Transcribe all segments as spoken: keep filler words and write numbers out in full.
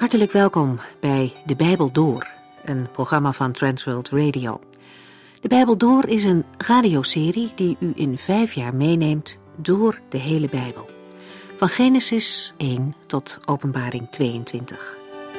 Hartelijk welkom bij De Bijbel Door, een programma van Transworld Radio. De Bijbel Door is een radioserie die u in vijf jaar meeneemt door de hele Bijbel. Van Genesis één tot Openbaring tweeëntwintig.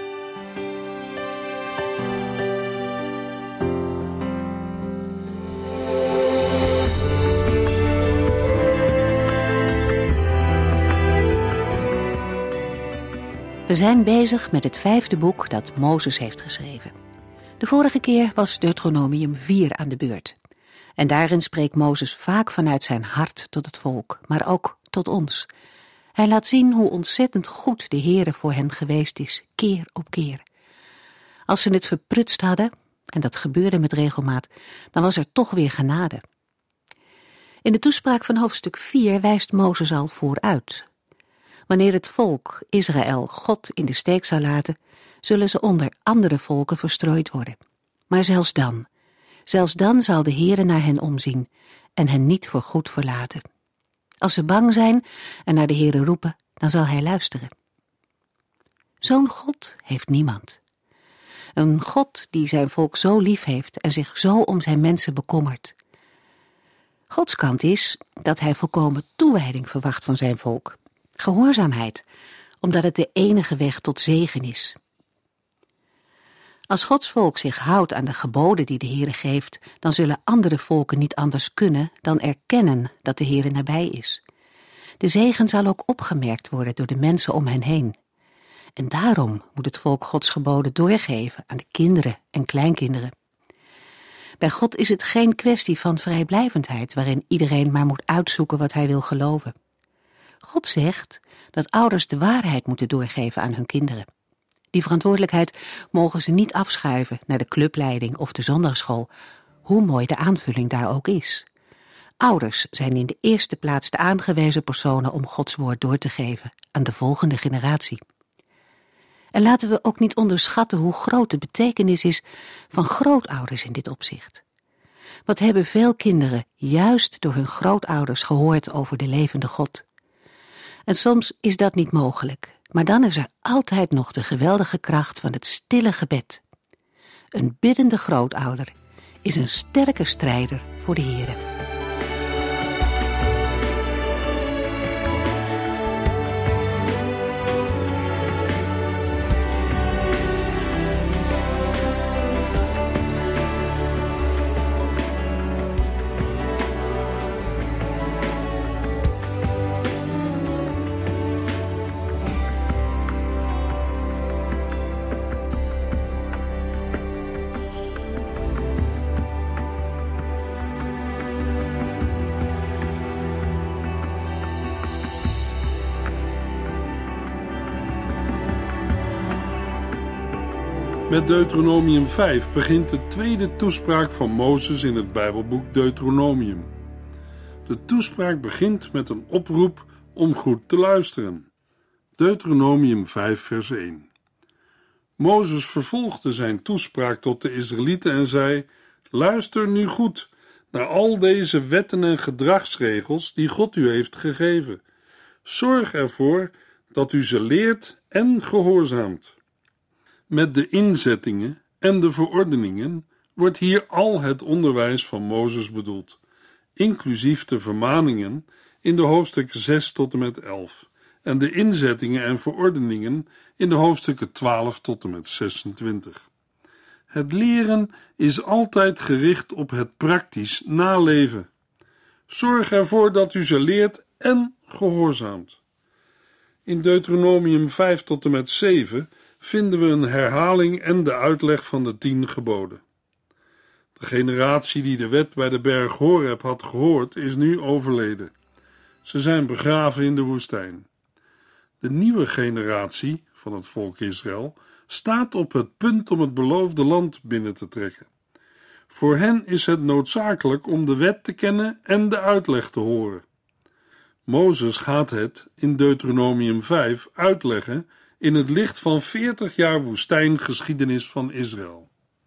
We zijn bezig met het vijfde boek dat Mozes heeft geschreven. De vorige keer was Deuteronomium vier aan de beurt. En daarin spreekt Mozes vaak vanuit zijn hart tot het volk, maar ook tot ons. Hij laat zien hoe ontzettend goed de Heere voor hen geweest is, keer op keer. Als ze het verprutst hadden, en dat gebeurde met regelmaat, dan was er toch weer genade. In de toespraak van hoofdstuk vier wijst Mozes al vooruit. Wanneer het volk Israël God in de steek zal laten, zullen ze onder andere volken verstrooid worden. Maar zelfs dan, zelfs dan zal de Heere naar hen omzien en hen niet voor goed verlaten. Als ze bang zijn en naar de Heere roepen, dan zal hij luisteren. Zo'n God heeft niemand. Een God die zijn volk zo lief heeft en zich zo om zijn mensen bekommert. Gods kant is dat hij volkomen toewijding verwacht van zijn volk. Gehoorzaamheid, omdat het de enige weg tot zegen is. Als Gods volk zich houdt aan de geboden die de Heere geeft, dan zullen andere volken niet anders kunnen dan erkennen dat de Heere nabij is. De zegen zal ook opgemerkt worden door de mensen om hen heen. En daarom moet het volk Gods geboden doorgeven aan de kinderen en kleinkinderen. Bij God is het geen kwestie van vrijblijvendheid, waarin iedereen maar moet uitzoeken wat hij wil geloven. God zegt dat ouders de waarheid moeten doorgeven aan hun kinderen. Die verantwoordelijkheid mogen ze niet afschuiven naar de clubleiding of de zondagsschool, hoe mooi de aanvulling daar ook is. Ouders zijn in de eerste plaats de aangewezen personen om Gods woord door te geven aan de volgende generatie. En laten we ook niet onderschatten hoe groot de betekenis is van grootouders in dit opzicht. Wat hebben veel kinderen juist door hun grootouders gehoord over de levende God? En soms is dat niet mogelijk, maar dan is er altijd nog de geweldige kracht van het stille gebed. Een biddende grootouder is een sterke strijder voor de Heere. Met Deuteronomium vijf begint de tweede toespraak van Mozes in het Bijbelboek Deuteronomium. De toespraak begint met een oproep om goed te luisteren. Deuteronomium vijf vers één. Mozes vervolgde zijn toespraak tot de Israëlieten en zei: luister nu goed naar al deze wetten en gedragsregels die God u heeft gegeven. Zorg ervoor dat u ze leert en gehoorzaamt. Met de inzettingen en de verordeningen wordt hier al het onderwijs van Mozes bedoeld, inclusief de vermaningen in de hoofdstukken zes tot en met elf en de inzettingen en verordeningen in de hoofdstukken twaalf tot en met zesentwintig. Het leren is altijd gericht op het praktisch naleven. Zorg ervoor dat u ze leert en gehoorzaamt. In Deuteronomium vijf tot en met zeven vinden we een herhaling en de uitleg van de tien geboden. De generatie die de wet bij de berg Horeb had gehoord, is nu overleden. Ze zijn begraven in de woestijn. De nieuwe generatie van het volk Israël staat op het punt om het beloofde land binnen te trekken. Voor hen is het noodzakelijk om de wet te kennen en de uitleg te horen. Mozes gaat het in Deuteronomium vijf uitleggen in het licht van veertig jaar woestijngeschiedenis van Israël.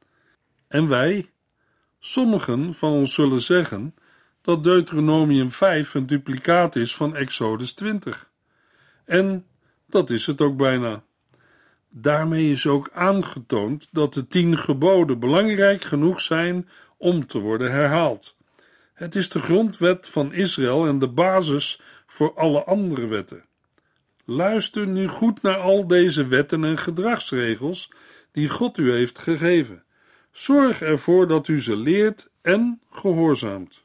En wij, sommigen van ons zullen zeggen dat Deuteronomium vijf een duplicaat is van Exodus twintig. En dat is het ook bijna. Daarmee is ook aangetoond dat de tien geboden belangrijk genoeg zijn om te worden herhaald. Het is de grondwet van Israël en de basis voor alle andere wetten. Luister nu goed naar al deze wetten en gedragsregels die God u heeft gegeven. Zorg ervoor dat u ze leert en gehoorzaamt.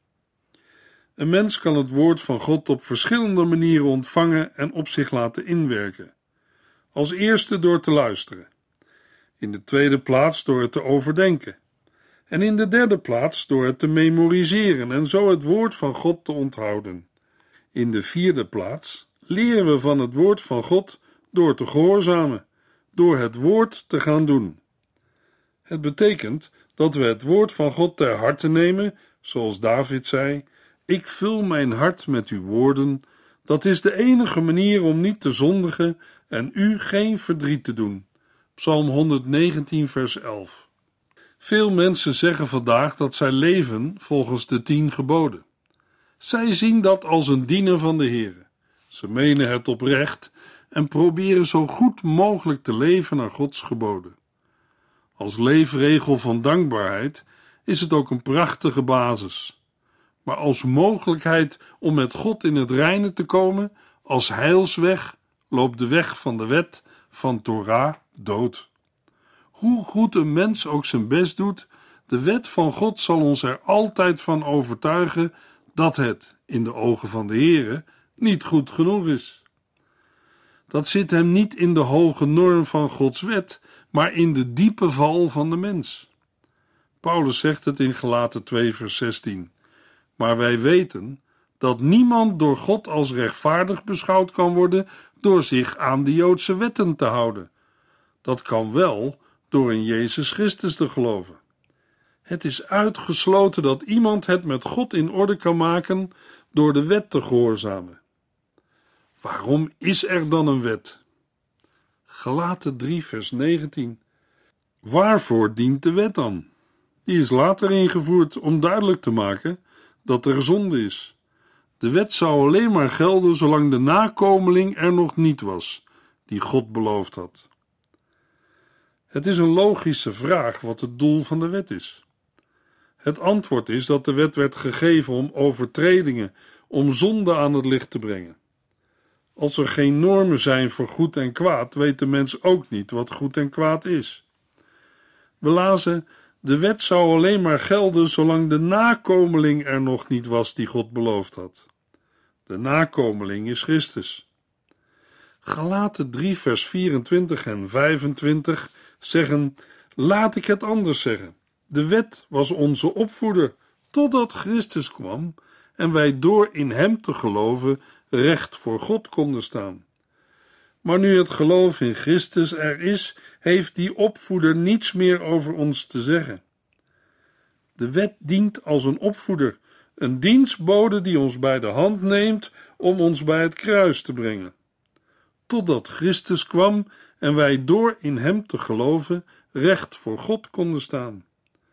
Een mens kan het woord van God op verschillende manieren ontvangen en op zich laten inwerken. Als eerste door te luisteren. In de tweede plaats door het te overdenken. En in de derde plaats door het te memoriseren en zo het woord van God te onthouden. In de vierde plaats leren we van het woord van God door te gehoorzamen, door het woord te gaan doen. Het betekent dat we het woord van God ter harte nemen, zoals David zei: ik vul mijn hart met uw woorden. Dat is de enige manier om niet te zondigen en u geen verdriet te doen. Psalm honderdnegentien vers elf. Veel mensen zeggen vandaag dat zij leven volgens de tien geboden. Zij zien dat als een diener van de Heere. Ze menen het oprecht en proberen zo goed mogelijk te leven naar Gods geboden. Als leefregel van dankbaarheid is het ook een prachtige basis. Maar als mogelijkheid om met God in het reine te komen, als heilsweg, loopt de weg van de wet van Torah dood. Hoe goed een mens ook zijn best doet, de wet van God zal ons er altijd van overtuigen dat het, in de ogen van de Heere, niet goed genoeg is. Dat zit hem niet in de hoge norm van Gods wet, maar in de diepe val van de mens. Paulus zegt het in Galaten twee vers zestien. Maar wij weten dat niemand door God als rechtvaardig beschouwd kan worden door zich aan de Joodse wetten te houden. Dat kan wel door in Jezus Christus te geloven. Het is uitgesloten dat iemand het met God in orde kan maken door de wet te gehoorzamen. Waarom is er dan een wet? Galaten drie vers negentien. Waarvoor dient de wet dan? Die is later ingevoerd om duidelijk te maken dat er zonde is. De wet zou alleen maar gelden zolang de nakomeling er nog niet was, die God beloofd had. Het is een logische vraag wat het doel van de wet is. Het antwoord is dat de wet werd gegeven om overtredingen, om zonde aan het licht te brengen. Als er geen normen zijn voor goed en kwaad, weet de mens ook niet wat goed en kwaad is. We lazen: de wet zou alleen maar gelden zolang de nakomeling er nog niet was die God beloofd had. De nakomeling is Christus. Galaten drie vers vierentwintig en vijfentwintig zeggen: laat ik het anders zeggen. De wet was onze opvoeder totdat Christus kwam en wij door in hem te geloven recht voor God konden staan. Maar nu het geloof in Christus er is, heeft die opvoeder niets meer over ons te zeggen. De wet dient als een opvoeder, een dienstbode die ons bij de hand neemt om ons bij het kruis te brengen. Totdat Christus kwam en wij door in hem te geloven recht voor God konden staan.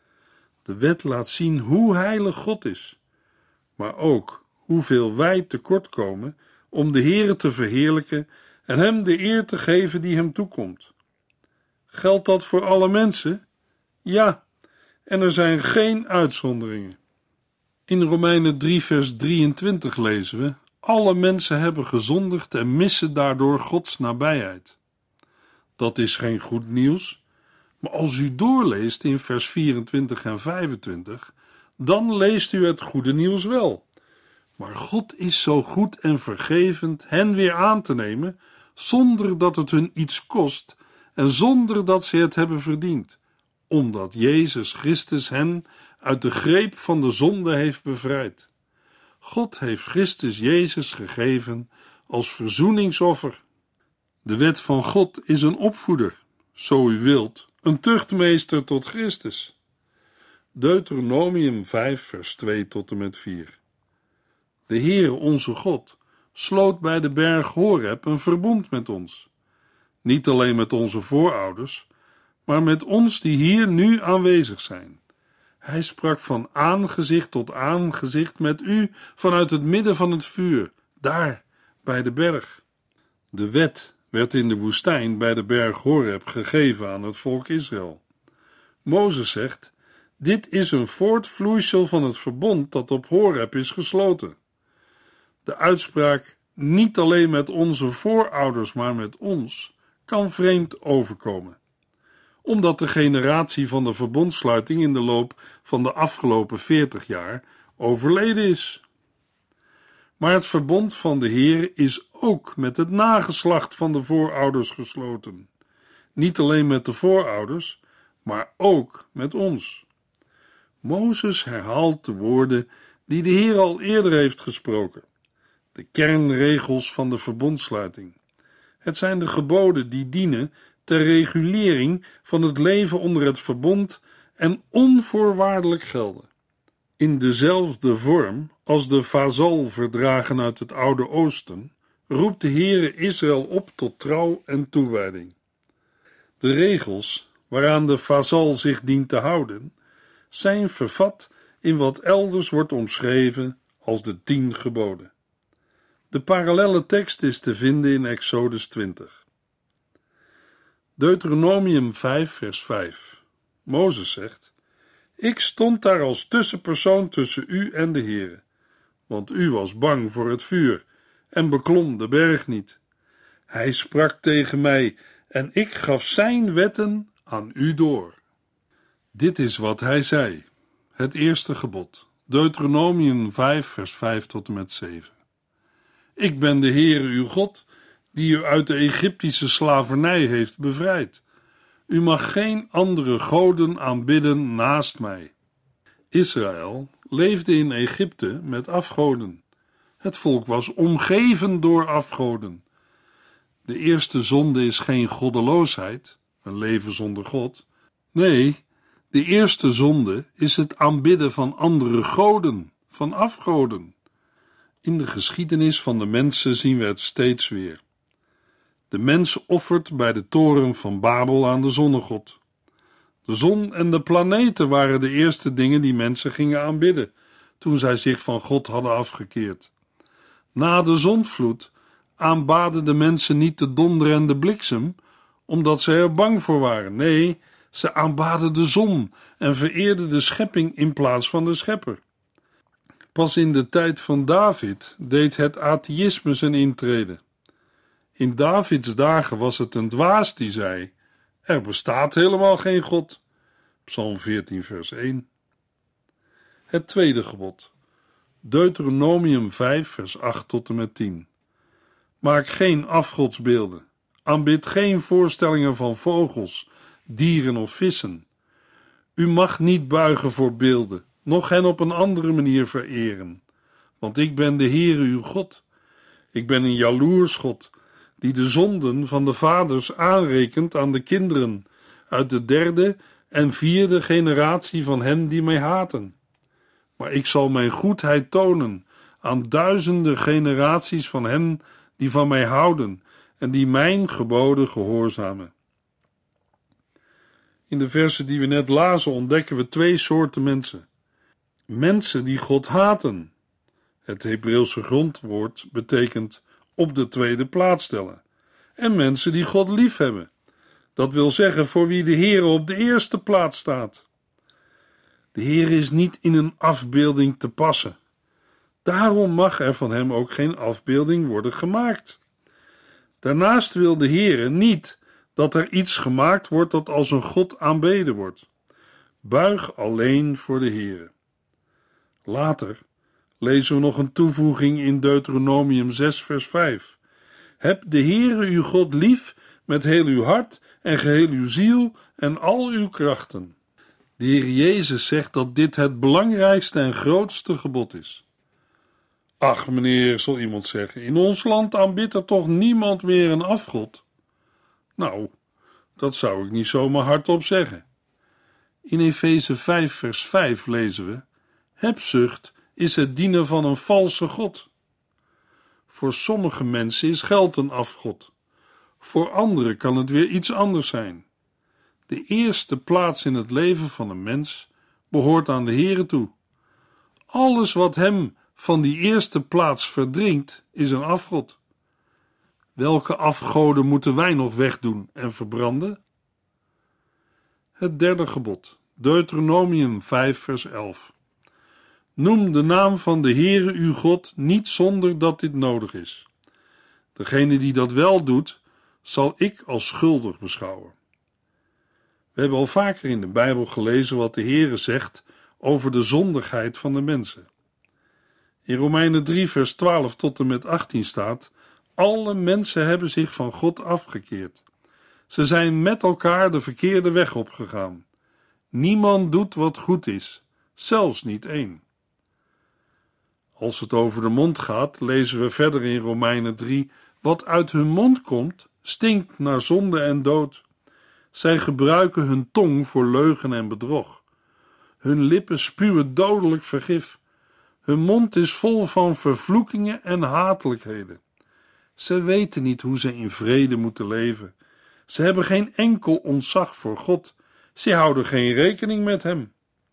De wet laat zien hoe heilig God is, maar ook hoeveel wij tekortkomen om de Heere te verheerlijken en hem de eer te geven die hem toekomt. Geldt dat voor alle mensen? Ja, en er zijn geen uitzonderingen. In Romeinen drie vers drieëntwintig lezen we: alle mensen hebben gezondigd en missen daardoor Gods nabijheid. Dat is geen goed nieuws, maar als u doorleest in vers vierentwintig en vijfentwintig, dan leest u het goede nieuws wel. Maar God is zo goed en vergevend hen weer aan te nemen, zonder dat het hun iets kost en zonder dat ze het hebben verdiend, omdat Jezus Christus hen uit de greep van de zonde heeft bevrijd. God heeft Christus Jezus gegeven als verzoeningsoffer. De wet van God is een opvoeder, zo u wilt, een tuchtmeester tot Christus. Deuteronomium vijf vers twee tot en met vier. De Heere onze God sloot bij de berg Horeb een verbond met ons. Niet alleen met onze voorouders, maar met ons die hier nu aanwezig zijn. Hij sprak van aangezicht tot aangezicht met u vanuit het midden van het vuur, daar bij de berg. De wet werd in de woestijn bij de berg Horeb gegeven aan het volk Israël. Mozes zegt: dit is een voortvloeisel van het verbond dat op Horeb is gesloten. De uitspraak niet alleen met onze voorouders, maar met ons, kan vreemd overkomen, omdat de generatie van de verbondsluiting in de loop van de afgelopen veertig jaar overleden is. Maar het verbond van de Heer is ook met het nageslacht van de voorouders gesloten. Niet alleen met de voorouders, maar ook met ons. Mozes herhaalt de woorden die de Heer al eerder heeft gesproken. De kernregels van de verbondsluiting. Het zijn de geboden die dienen ter regulering van het leven onder het verbond en onvoorwaardelijk gelden. In dezelfde vorm als de vazalverdragen uit het Oude Oosten roept de Heere Israël op tot trouw en toewijding. De regels waaraan de vazal zich dient te houden, zijn vervat in wat elders wordt omschreven als de tien geboden. De parallelle tekst is te vinden in Exodus twintig. Deuteronomium vijf vers vijf. Mozes zegt: ik stond daar als tussenpersoon tussen u en de Heere, want u was bang voor het vuur en beklom de berg niet. Hij sprak tegen mij en ik gaf zijn wetten aan u door. Dit is wat hij zei. Het eerste gebod. Deuteronomium vijf vers vijf tot en met zeven. Ik ben de Heere uw God, die u uit de Egyptische slavernij heeft bevrijd. U mag geen andere goden aanbidden naast mij. Israël leefde in Egypte met afgoden. Het volk was omgeven door afgoden. De eerste zonde is geen goddeloosheid, een leven zonder God. Nee, de eerste zonde is het aanbidden van andere goden, van afgoden. In de geschiedenis van de mensen zien we het steeds weer. De mens offert bij de toren van Babel aan de zonnegod. De zon en de planeten waren de eerste dingen die mensen gingen aanbidden, toen zij zich van God hadden afgekeerd. Na de zondvloed aanbaden de mensen niet de donder en de bliksem, omdat zij er bang voor waren. Nee, ze aanbaden de zon en vereerden de schepping in plaats van de schepper. Pas in de tijd van David deed het atheïsme zijn intrede. In Davids dagen was het een dwaas die zei: er bestaat helemaal geen God. Psalm veertien vers één. Het tweede gebod. Deuteronomium vijf vers acht tot en met tien. Maak geen afgodsbeelden. Aanbid geen voorstellingen van vogels, dieren of vissen. U mag niet buigen voor beelden, noch hen op een andere manier vereren. Want ik ben de Heere uw God. Ik ben een jaloers God, die de zonden van de vaders aanrekent aan de kinderen, uit de derde en vierde generatie van hen die mij haten. Maar ik zal mijn goedheid tonen aan duizenden generaties van hen die van mij houden en die mijn geboden gehoorzamen. In de versen die we net lazen ontdekken we twee soorten mensen. Mensen die God haten. Het Hebreeuwse grondwoord betekent op de tweede plaats stellen. En mensen die God liefhebben. Dat wil zeggen voor wie de Heere op de eerste plaats staat. De Heere is niet in een afbeelding te passen. Daarom mag er van hem ook geen afbeelding worden gemaakt. Daarnaast wil de Heere niet dat er iets gemaakt wordt dat als een God aanbeden wordt. Buig alleen voor de Heere. Later lezen we nog een toevoeging in Deuteronomium zes vers vijf. Heb de Heere uw God lief met heel uw hart en geheel uw ziel en al uw krachten. De Heer Jezus zegt dat dit het belangrijkste en grootste gebod is. Ach meneer, zal iemand zeggen, in ons land aanbidt er toch niemand meer een afgod? Nou, dat zou ik niet zomaar hardop zeggen. In Efeze vijf vers vijf lezen we: hebzucht is het dienen van een valse god. Voor sommige mensen is geld een afgod. Voor anderen kan het weer iets anders zijn. De eerste plaats in het leven van een mens behoort aan de Heere toe. Alles wat hem van die eerste plaats verdringt, is een afgod. Welke afgoden moeten wij nog wegdoen en verbranden? Het derde gebod, Deuteronomium vijf vers elf. Noem de naam van de Heere uw God niet zonder dat dit nodig is. Degene die dat wel doet, zal ik als schuldig beschouwen. We hebben al vaker in de Bijbel gelezen wat de Heere zegt over de zondigheid van de mensen. In Romeinen drie vers twaalf tot en met achttien staat: alle mensen hebben zich van God afgekeerd. Ze zijn met elkaar de verkeerde weg opgegaan. Niemand doet wat goed is, zelfs niet één. Als het over de mond gaat, lezen we verder in Romeinen drie: wat uit hun mond komt, stinkt naar zonde en dood. Zij gebruiken hun tong voor leugen en bedrog. Hun lippen spuwen dodelijk vergif. Hun mond is vol van vervloekingen en hatelijkheden. Ze weten niet hoe ze in vrede moeten leven. Ze hebben geen enkel ontzag voor God. Ze houden geen rekening met hem.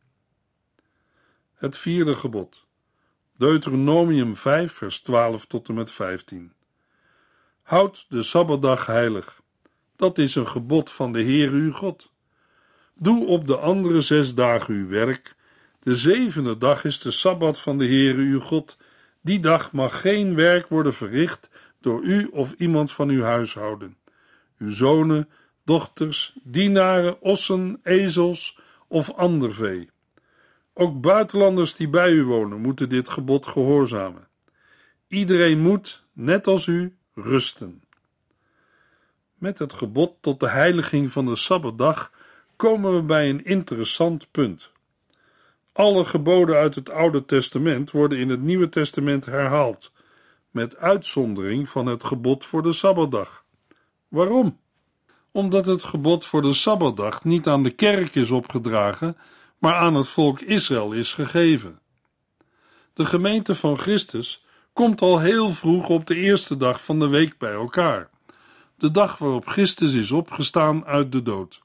Het vierde gebod. Deuteronomium vijf vers twaalf tot en met vijftien. Houd de Sabbatdag heilig. Dat is een gebod van de Heere uw God. Doe op de andere zes dagen uw werk. De zevende dag is de Sabbat van de Heere uw God. Die dag mag geen werk worden verricht door u of iemand van uw huishouden. Uw zonen, dochters, dienaren, ossen, ezels of ander vee. Ook buitenlanders die bij u wonen moeten dit gebod gehoorzamen. Iedereen moet, net als u, rusten. Met het gebod tot de heiliging van de Sabbatdag komen we bij een interessant punt. Alle geboden uit het Oude Testament worden in het Nieuwe Testament herhaald, met uitzondering van het gebod voor de Sabbatdag. Waarom? Omdat het gebod voor de Sabbatdag niet aan de kerk is opgedragen, maar aan het volk Israël is gegeven. De gemeente van Christus komt al heel vroeg op de eerste dag van de week bij elkaar, de dag waarop Christus is opgestaan uit de dood.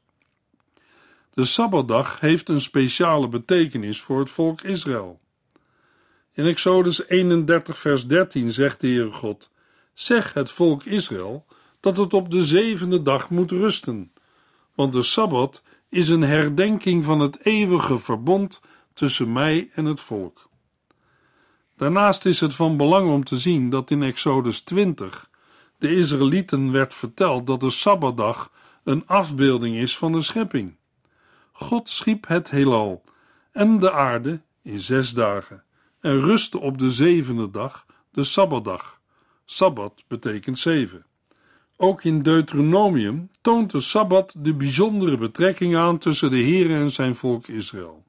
De Sabbatdag heeft een speciale betekenis voor het volk Israël. In Exodus eenendertig vers dertien zegt de Heere God: zeg het volk Israël dat het op de zevende dag moet rusten, want de Sabbat is een herdenking van het eeuwige verbond tussen mij en het volk. Daarnaast is het van belang om te zien dat in Exodus twintig de Israëlieten werd verteld dat de Sabbatdag een afbeelding is van de schepping. God schiep het heelal en de aarde in zes dagen en rustte op de zevende dag, de Sabbatdag. Sabbat betekent zeven. Ook in Deuteronomium toont de Sabbat de bijzondere betrekking aan tussen de Heere en zijn volk Israël.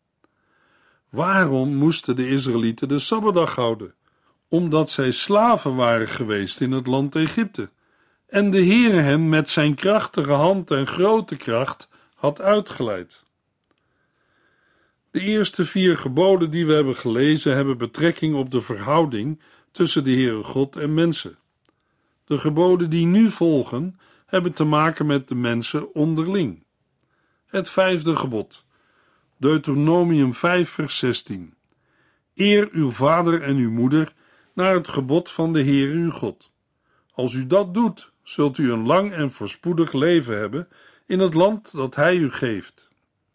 Waarom moesten de Israëlieten de Sabbatdag houden? Omdat zij slaven waren geweest in het land Egypte en de Heere hen met zijn krachtige hand en grote kracht had uitgeleid. De eerste vier geboden die we hebben gelezen hebben betrekking op de verhouding tussen de Heere God en mensen. De geboden die nu volgen hebben te maken met de mensen onderling. Het vijfde gebod, Deuteronomium vijf vers zestien. Eer uw vader en uw moeder naar het gebod van de Heere uw God. Als u dat doet, zult u een lang en voorspoedig leven hebben in het land dat hij u geeft.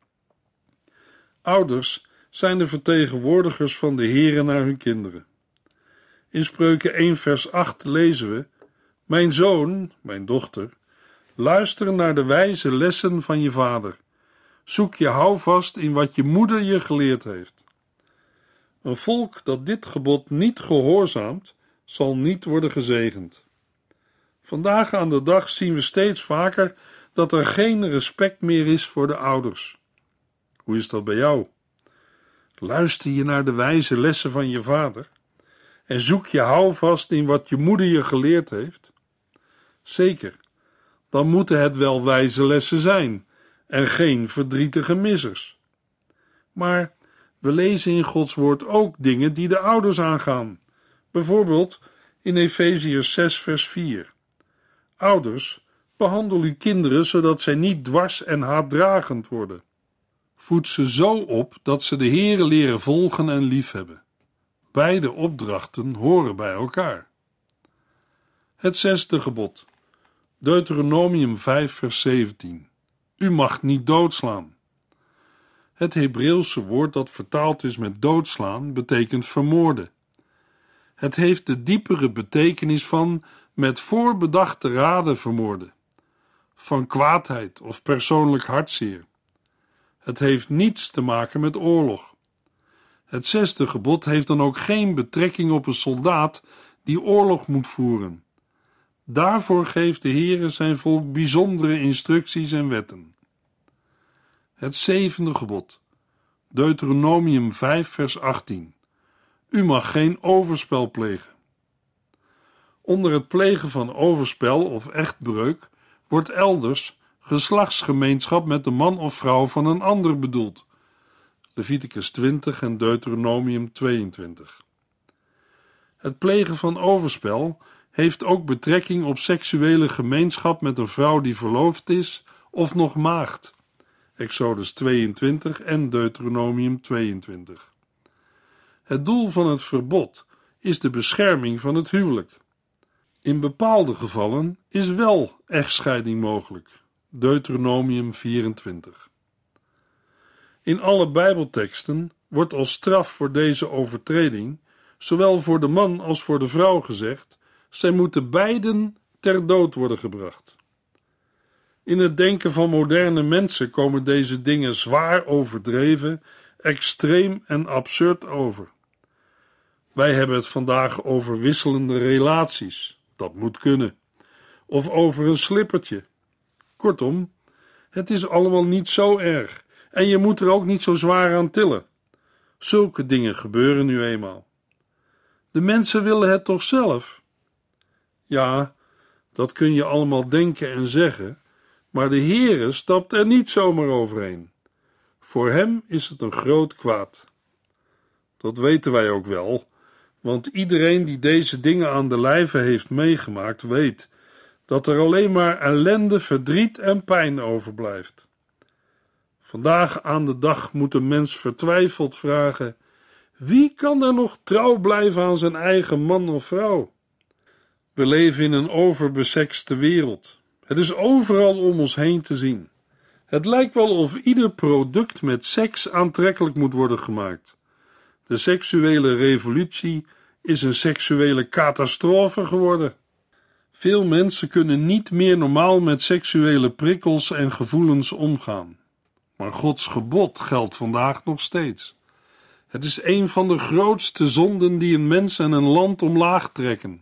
Ouders zijn de vertegenwoordigers van de Heere naar hun kinderen. In Spreuken één vers acht lezen we: mijn zoon, mijn dochter, luister naar de wijze lessen van je vader. Zoek je houvast in wat je moeder je geleerd heeft. Een volk dat dit gebod niet gehoorzaamt, zal niet worden gezegend. Vandaag aan de dag zien we steeds vaker dat er geen respect meer is voor de ouders. Hoe is dat bij jou? Luister je naar de wijze lessen van je vader en zoek je houvast in wat je moeder je geleerd heeft? Zeker, dan moeten het wel wijze lessen zijn en geen verdrietige missers. Maar we lezen in Gods woord ook dingen die de ouders aangaan. Bijvoorbeeld in Efeziërs zes vers vier. Ouders, behandel uw kinderen zodat zij niet dwars en haatdragend worden. Voed ze zo op dat ze de Heere leren volgen en liefhebben. Beide opdrachten horen bij elkaar. Het zesde gebod. Deuteronomium vijf vers zeventien. U mag niet doodslaan. Het Hebreeuwse woord dat vertaald is met doodslaan betekent vermoorden. Het heeft de diepere betekenis van met voorbedachte raden vermoorden, van kwaadheid of persoonlijk hartzeer. Het heeft niets te maken met oorlog. Het zesde gebod heeft dan ook geen betrekking op een soldaat die oorlog moet voeren. Daarvoor geeft de Heere zijn volk bijzondere instructies en wetten. Het zevende gebod. Deuteronomium vijf vers achttien. U mag geen overspel plegen. Onder het plegen van overspel of echtbreuk wordt elders geslachtsgemeenschap met de man of vrouw van een ander bedoeld. Leviticus twintig en Deuteronomium tweeëntwintig. Het plegen van overspel heeft ook betrekking op seksuele gemeenschap met een vrouw die verloofd is of nog maagd. Exodus tweeëntwintig en Deuteronomium tweeëntwintig. Het doel van het verbod is de bescherming van het huwelijk. In bepaalde gevallen is wel echtscheiding mogelijk. Deuteronomium vierentwintig. In alle Bijbelteksten wordt als straf voor deze overtreding, zowel voor de man als voor de vrouw gezegd, zij moeten beiden ter dood worden gebracht. In het denken van moderne mensen komen deze dingen zwaar overdreven, extreem en absurd over. Wij hebben het vandaag over wisselende relaties, dat moet kunnen, of over een slippertje. Kortom, het is allemaal niet zo erg en je moet er ook niet zo zwaar aan tillen. Zulke dingen gebeuren nu eenmaal. De mensen willen het toch zelf? Ja, dat kun je allemaal denken en zeggen, maar de Heere stapt er niet zomaar overheen. Voor hem is het een groot kwaad. Dat weten wij ook wel, want iedereen die deze dingen aan de lijve heeft meegemaakt, weet dat er alleen maar ellende, verdriet en pijn overblijft. Vandaag aan de dag moet een mens vertwijfeld vragen: wie kan er nog trouw blijven aan zijn eigen man of vrouw? We leven in een overbesekste wereld. Het is overal om ons heen te zien. Het lijkt wel of ieder product met seks aantrekkelijk moet worden gemaakt. De seksuele revolutie is een seksuele catastrofe geworden. Veel mensen kunnen niet meer normaal met seksuele prikkels en gevoelens omgaan. Maar Gods gebod geldt vandaag nog steeds. Het is een van de grootste zonden die een mens en een land omlaag trekken.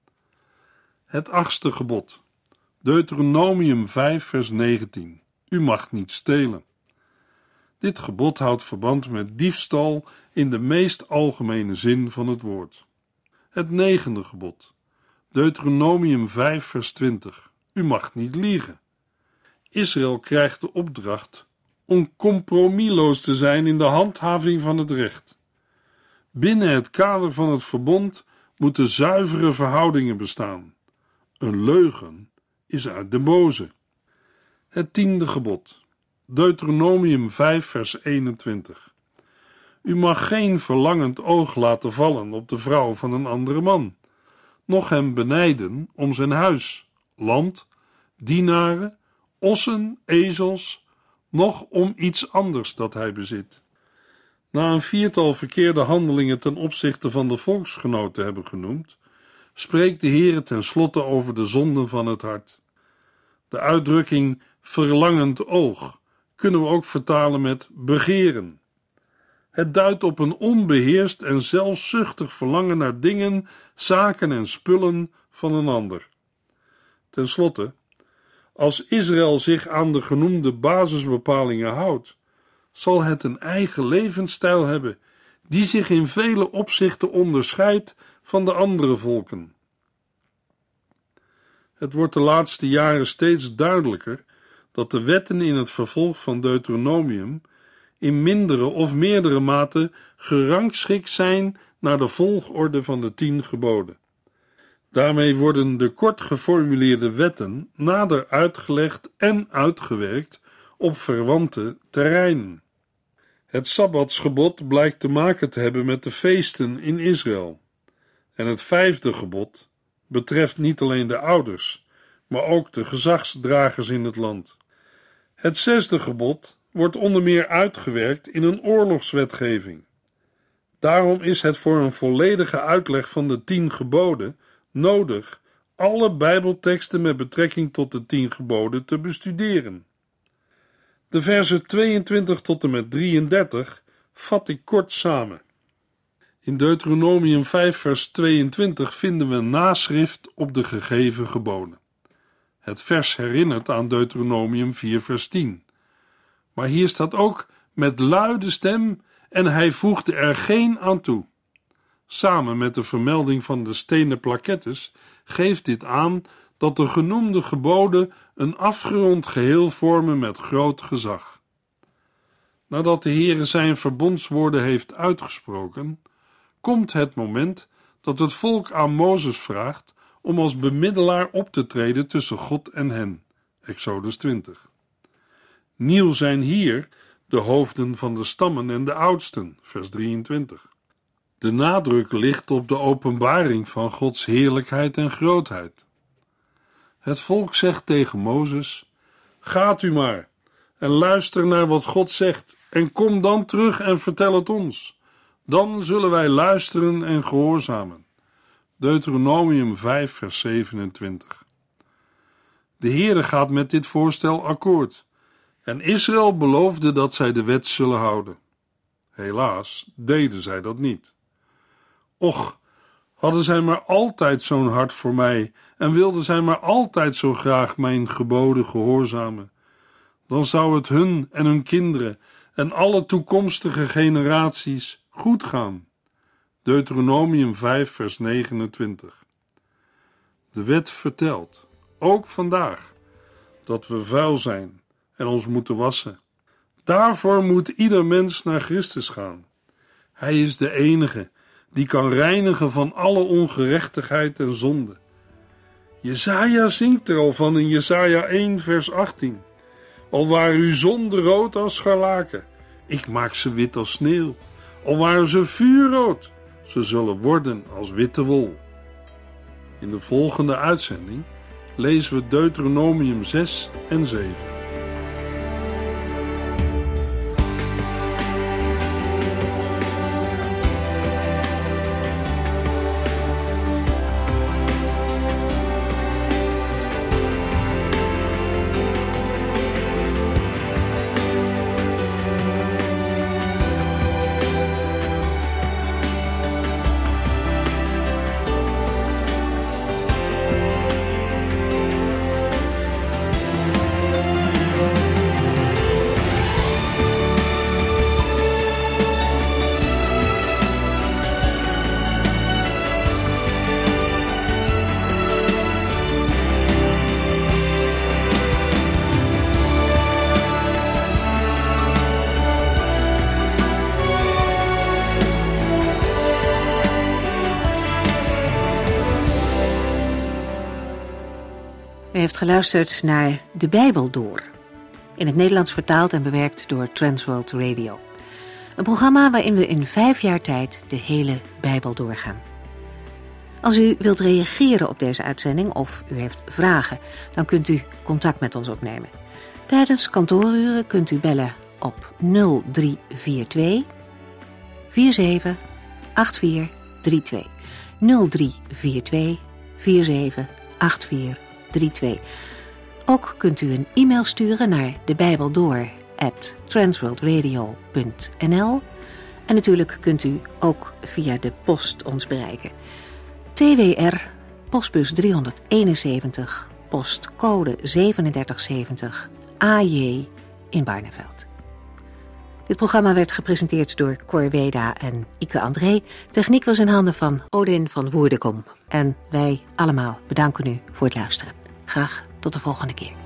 Het achtste gebod. Deuteronomium vijf vers negentien. U mag niet stelen. Dit gebod houdt verband met diefstal in de meest algemene zin van het woord. Het negende gebod. Deuteronomium vijf vers twintig. U mag niet liegen. Israël krijgt de opdracht om compromisloos te zijn in de handhaving van het recht. Binnen het kader van het verbond moeten zuivere verhoudingen bestaan. Een leugen is uit de boze. Het tiende gebod. Deuteronomium vijf vers eenentwintig. U mag geen verlangend oog laten vallen op de vrouw van een andere man, noch hem benijden om zijn huis, land, dienaren, ossen, ezels, noch om iets anders dat hij bezit. Na een viertal verkeerde handelingen ten opzichte van de volksgenoten te hebben genoemd, spreekt de Heere ten slotte over de zonden van het hart. De uitdrukking verlangend oog kunnen we ook vertalen met begeren. Het duidt op een onbeheerst en zelfzuchtig verlangen naar dingen, zaken en spullen van een ander. Ten slotte, als Israël zich aan de genoemde basisbepalingen houdt, zal het een eigen levensstijl hebben, die zich in vele opzichten onderscheidt van de andere volken. Het wordt de laatste jaren steeds duidelijker dat de wetten in het vervolg van Deuteronomium in mindere of meerdere mate gerangschikt zijn naar de volgorde van de tien geboden. Daarmee worden de kort geformuleerde wetten nader uitgelegd en uitgewerkt op verwante terreinen. Het Sabbatsgebod blijkt te maken te hebben met de feesten in Israël. En het vijfde gebod, betreft niet alleen de ouders, maar ook de gezagsdragers in het land. Het zesde gebod wordt onder meer uitgewerkt in een oorlogswetgeving. Daarom is het voor een volledige uitleg van de tien geboden nodig alle Bijbelteksten met betrekking tot de tien geboden te bestuderen. De versen tweeëntwintig tot en met drieëndertig vat ik kort samen. In Deuteronomium vijf vers tweeëntwintig vinden we een naschrift op de gegeven geboden. Het vers herinnert aan Deuteronomium vier vers tien. Maar hier staat ook met luide stem en hij voegde er geen aan toe. Samen met de vermelding van de stenen plakettes geeft dit aan dat de genoemde geboden een afgerond geheel vormen met groot gezag. Nadat de Heere zijn verbondswoorden heeft uitgesproken, komt het moment dat het volk aan Mozes vraagt om als bemiddelaar op te treden tussen God en hen. Exodus twintig. Nieuw zijn hier de hoofden van de stammen en de oudsten, vers drieëntwintig. De nadruk ligt op de openbaring van Gods heerlijkheid en grootheid. Het volk zegt tegen Mozes: gaat u maar en luister naar wat God zegt en kom dan terug en vertel het ons. Dan zullen wij luisteren en gehoorzamen. Deuteronomium vijf vers zevenentwintig. De Heere gaat met dit voorstel akkoord en Israël beloofde dat zij de wet zullen houden. Helaas deden zij dat niet. Och, hadden zij maar altijd zo'n hart voor mij en wilden zij maar altijd zo graag mijn geboden gehoorzamen, dan zou het hun en hun kinderen en alle toekomstige generaties goed gaan. Deuteronomium vijf vers negenentwintig. De wet vertelt, ook vandaag, dat we vuil zijn en ons moeten wassen. Daarvoor moet ieder mens naar Christus gaan. Hij is de enige die kan reinigen van alle ongerechtigheid en zonde. Jesaja zingt er al van in Jesaja één vers achttien. Al waren uw zonden rood als scharlaken, ik maak ze wit als sneeuw. Al waren ze vuurrood, ze zullen worden als witte wol. In de volgende uitzending lezen we Deuteronomium zes en zeven. U heeft geluisterd naar De Bijbel Door, in het Nederlands vertaald en bewerkt door Transworld Radio. Een programma waarin we in vijf jaar tijd de hele Bijbel doorgaan. Als u wilt reageren op deze uitzending of u heeft vragen, dan kunt u contact met ons opnemen. Tijdens kantooruren kunt u bellen op nul drie vier twee vier zeven acht vier drie twee. nul drie vier twee vier zeven acht vier drie twee. Ook kunt u een e-mail sturen naar debijbeldoor at transworldradio punt n l en natuurlijk kunt u ook via de post ons bereiken. T W R, postbus driehonderdeenenzeventig, postcode zevenendertig zeventig, A J in Barneveld. Dit programma werd gepresenteerd door Cor Weda en Ike André. Techniek was in handen van Odin van Woerdekom. En wij allemaal bedanken u voor het luisteren. Graag tot de volgende keer.